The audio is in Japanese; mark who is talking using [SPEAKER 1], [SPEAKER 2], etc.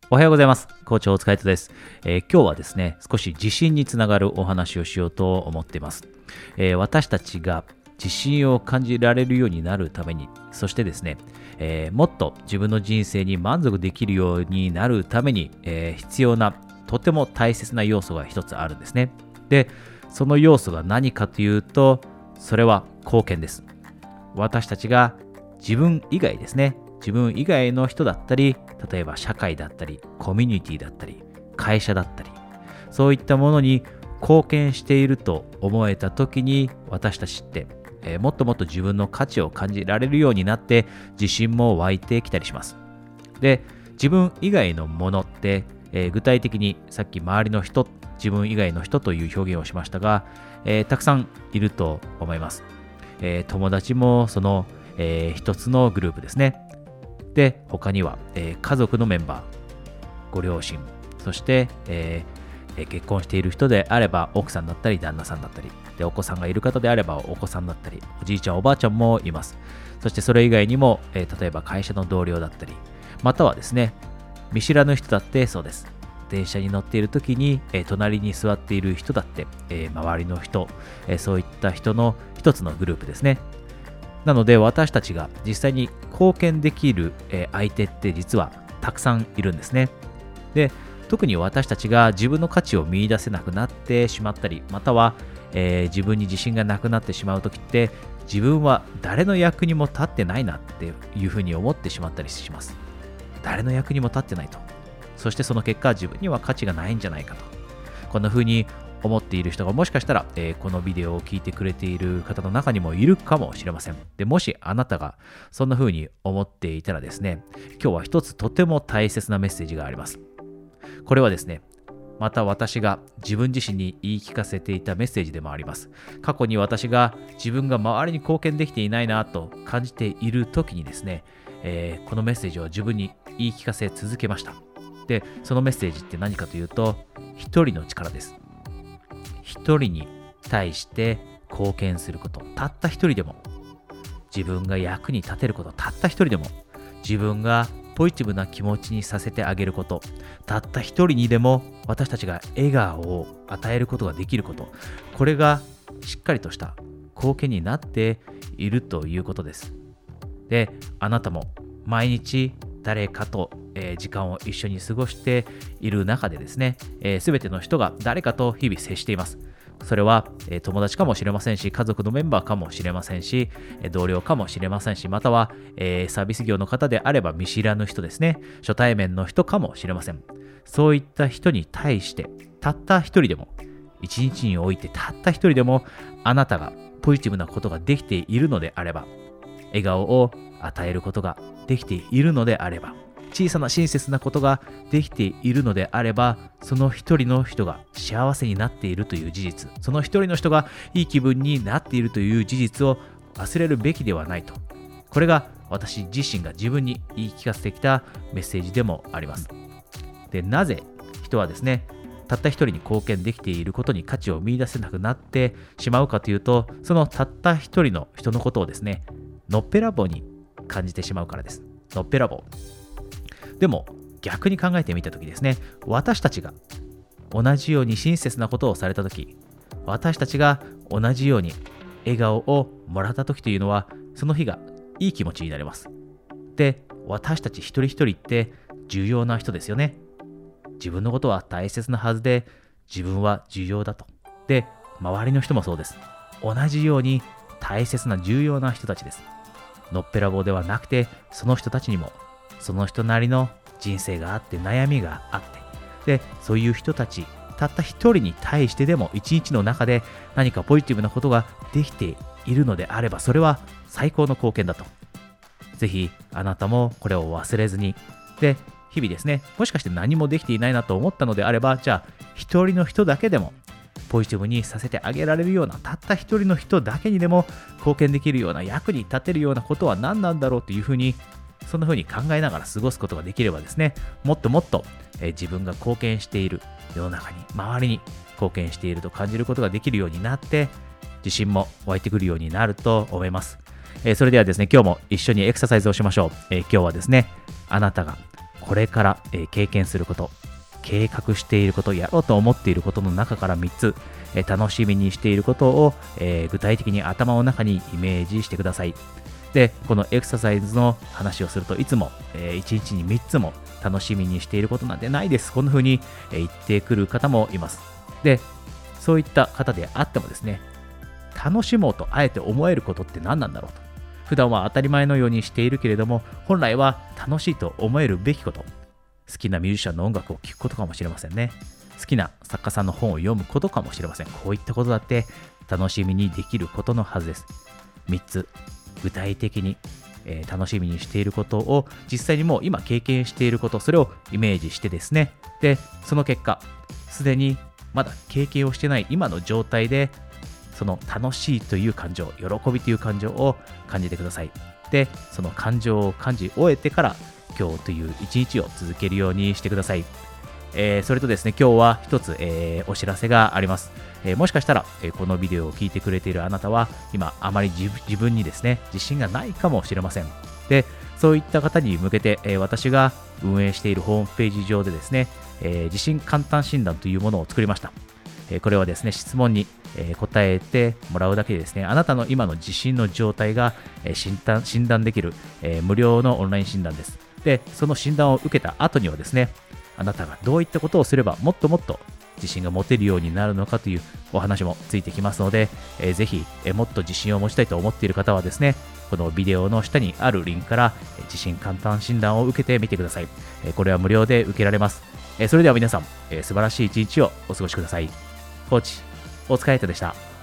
[SPEAKER 1] おはようございます。コーチ大塚愛斗です。今日はですね、少し自信につながるお話をしようと思っています。私たちが自信を感じられるようになるために、そしてですね、もっと自分の人生に満足できるようになるために、必要なとても大切な要素が一つあるんですね。で、その要素が何かというと、それは貢献です。私たちが自分以外ですね、自分以外の人だったり、例えば社会だったり、コミュニティだったり、会社だったり、そういったものに貢献していると思えた時に、私たちって、もっともっと自分の価値を感じられるようになって、自信も湧いてきたりします。で、自分以外のものって、具体的にさっき周りの人、自分以外の人という表現をしましたが、たくさんいると思います。友達もその、一つのグループですね。で、他には、家族のメンバー、ご両親、そして、結婚している人であれば奥さんだったり旦那さんだったり、でお子さんがいる方であればお子さんだったり、おじいちゃんおばあちゃんもいます。そしてそれ以外にも、例えば会社の同僚だったり、またはですね、見知らぬ人だってそうです。電車に乗っている時に、隣に座っている人だって、周りの人、そういった人の一つのグループですね。なので私たちが実際に貢献できる相手って実はたくさんいるんですね。で、特に私たちが自分の価値を見出せなくなってしまったり、または、自分に自信がなくなってしまうときって、自分は誰の役にも立ってないなっていうふうに思ってしまったりします。誰の役にも立ってないと。そしてその結果、自分には価値がないんじゃないかと。こんなふうに思っている人がもしかしたら、このビデオを聞いてくれている方の中にもいるかもしれません。で、もしあなたがそんな風に思っていたらですね、今日は一つとても大切なメッセージがあります。これはですね、また私が自分自身に言い聞かせていたメッセージでもあります。過去に私が自分が周りに貢献できていないなと感じている時にですね、このメッセージを自分に言い聞かせ続けました。で、そのメッセージって何かというと、一人の力です。一人に対して貢献すること、たった一人でも、自分が役に立てること、たった一人でも、自分がポジティブな気持ちにさせてあげること、たった一人にでも私たちが笑顔を与えることができること、これがしっかりとした貢献になっているということです。で、あなたも毎日誰かと、時間を一緒に過ごしている中でですね、すべての人が誰かと日々接しています。それは、友達かもしれませんし、家族のメンバーかもしれませんし、同僚かもしれませんし、または、サービス業の方であれば見知らぬ人ですね、初対面の人かもしれません。そういった人に対して、たった一人でも、一日においてたった一人でも、あなたがポジティブなことができているのであれば、笑顔を与えることができているのであれば、小さな親切なことができているのであれば、その一人の人が幸せになっているという事実、その一人の人がいい気分になっているという事実を忘れるべきではないと。これが私自身が自分に言い聞かせてきたメッセージでもあります。で、なぜ人はですね、たった一人に貢献できていることに価値を見出せなくなってしまうかというと、そのたった一人の人のことをですね、のっぺらぼうに感じてしまうからです。のっぺらぼう。でも逆に考えてみたときですね、私たちが同じように親切なことをされたとき、私たちが同じように笑顔をもらったときというのは、その日がいい気持ちになります。で、私たち一人一人って重要な人ですよね。自分のことは大切なはずで、自分は重要だと。で、周りの人もそうです。同じように大切な重要な人たちです。のっぺらぼうではなくて、その人たちにもその人なりの人生があって、悩みがあって、で、そういう人たちたった一人に対してでも一日の中で何かポジティブなことができているのであれば、それは最高の貢献だと。ぜひあなたもこれを忘れずに、で、日々ですね、もしかして何もできていないなと思ったのであれば、じゃあ一人の人だけでもポジティブにさせてあげられるような、たった一人の人だけにでも貢献できるような、役に立てるようなことは何なんだろうというふうに、そんな風に考えながら過ごすことができればですね、もっともっと、自分が貢献している世の中に、周りに貢献していると感じることができるようになって、自信も湧いてくるようになると思います。それではですね、今日も一緒にエクササイズをしましょう。今日はですね、あなたがこれから、経験すること、計画していること、やろうと思っていることの中から3つ、楽しみにしていることを、具体的に頭の中にイメージしてください。で、このエクササイズの話をするといつも、1日に3つも楽しみにしていることなんてないです。こんな風に、言ってくる方もいます。で、そういった方であってもですね、楽しもうとあえて思えることって何なんだろうと。普段は当たり前のようにしているけれども、本来は楽しいと思えるべきこと。好きなミュージシャンの音楽を聴くことかもしれませんね。好きな作家さんの本を読むことかもしれません。こういったことだって楽しみにできることのはずです。3つ、具体的に、楽しみにしていることを実際にもう今経験していること、それをイメージしてですね。で、その結果、すでにまだ経験をしてない今の状態で、その楽しいという感情、喜びという感情を感じてください。で、その感情を感じ終えてから、今日という一日を続けるようにしてください。それとですね、今日は一つ、お知らせがあります。もしかしたら、このビデオを聞いてくれているあなたは、今あまり自分にですね、自信がないかもしれません。で、そういった方に向けて、私が運営しているホームページ上でですね、自信簡単診断というものを作りました。これはですね、質問に答えてもらうだけでですね、あなたの今の自信の状態が診断できる無料のオンライン診断です。で、その診断を受けた後にはですね、あなたがどういったことをすればもっともっと自信が持てるようになるのかというお話もついてきますので、ぜひもっと自信を持ちたいと思っている方はですね、このビデオの下にあるリンクから自信簡単診断を受けてみてください。これは無料で受けられます。それでは皆さん、素晴らしい一日をお過ごしください。コーチ、大塚愛斗でした。